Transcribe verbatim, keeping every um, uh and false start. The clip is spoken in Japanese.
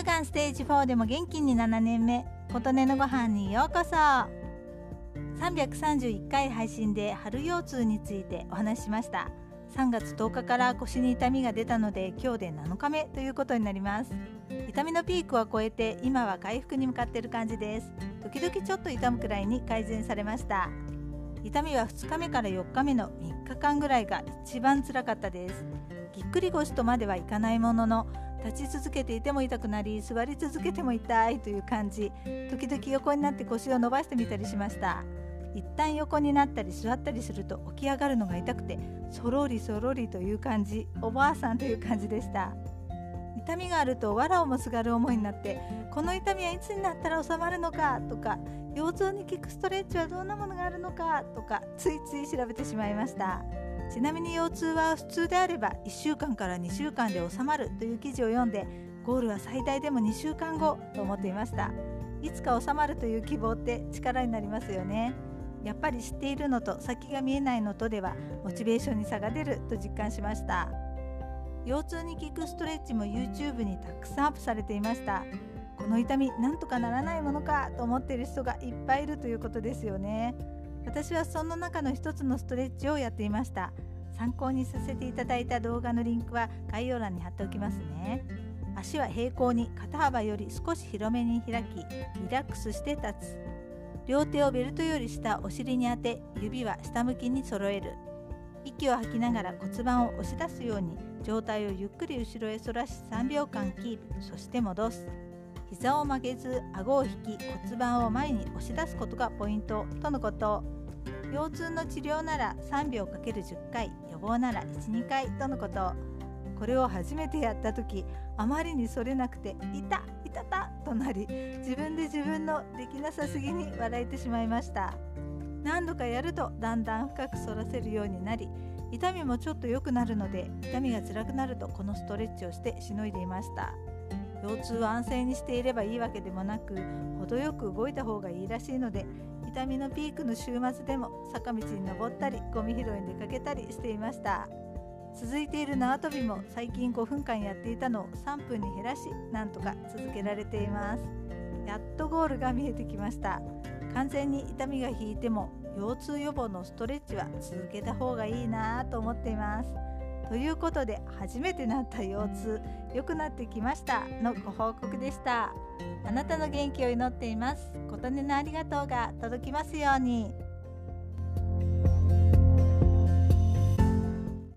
乳がんステージフォーでも元気にななねんめ、琴音のご飯にようこそ。さんびゃくさんじゅういっかい配信で春腰痛についてお話ししました。さんがつとおかから腰に痛みが出たので、今日でなのかめということになります。痛みのピークは超えて、今は回復に向かっている感じです。時々ちょっと痛むくらいに改善されました。痛みはふつかめからよっかめのみっかかんぐらいが一番つらかったです。ぎっくり腰とまではいかないものの、立ち続けていても痛くなり、座り続けても痛いという感じ。時々横になって腰を伸ばしてみたりしました。一旦横になったり座ったりすると起き上がるのが痛くて、そろりそろりという感じ、おばあさんという感じでした。痛みがあると藁をもすがる思いになって、この痛みはいつになったら収まるのかとか、腰痛に効くストレッチはどんなものがあるのかとか、ついつい調べてしまいました。ちなみに腰痛は普通であればいっしゅうかんからにしゅうかんで収まるという記事を読んで、ゴールは最大でもにしゅうかんごと思っていました。いつか収まるという希望って力になりますよね。やっぱり知っているのと先が見えないのとではモチベーションに差が出ると実感しました。腰痛に効くストレッチも YouTube にたくさんアップされていました。この痛みなんとかならないものかと思っている人がいっぱいいるということですよね。私はその中の一つのストレッチをやっていました。参考にさせていただいた動画のリンクは概要欄に貼っておきますね。足は平行に肩幅より少し広めに開き、リラックスして立つ。両手をベルトより下お尻に当て、指は下向きに揃える。息を吐きながら骨盤を押し出すように上体をゆっくり後ろへ反らしさんびょうかんキープ、そして戻す。膝を曲げず顎を引き、骨盤を前に押し出すことがポイントとのこと。腰痛の治療ならさんびょうかけるじゅっかい、予防ならいち、にかいとのこと。これを初めてやった時、あまりに反れなくて「いたいたた」となり、自分で自分のできなさすぎに笑えてしまいました。何度かやるとだんだん深く反らせるようになり、痛みもちょっと良くなるので、痛みが辛くなるとこのストレッチをしてしのいでいました。腰痛は安静にしていればいいわけでもなく、程よく動いた方がいいらしいので、痛みのピークの週末でも坂道に登ったりゴミ拾いに出かけたりしていました。続いている縄跳びも最近ごふんかんやっていたのをさんぷんに減らし、なんとか続けられています。やっとゴールが見えてきました。完全に痛みが引いても腰痛予防のストレッチは続けた方がいいなと思っています。ということで、初めてなった腰痛良くなってきましたのご報告でした。あなたの元気を祈っています。琴音のありがとうが届きますように。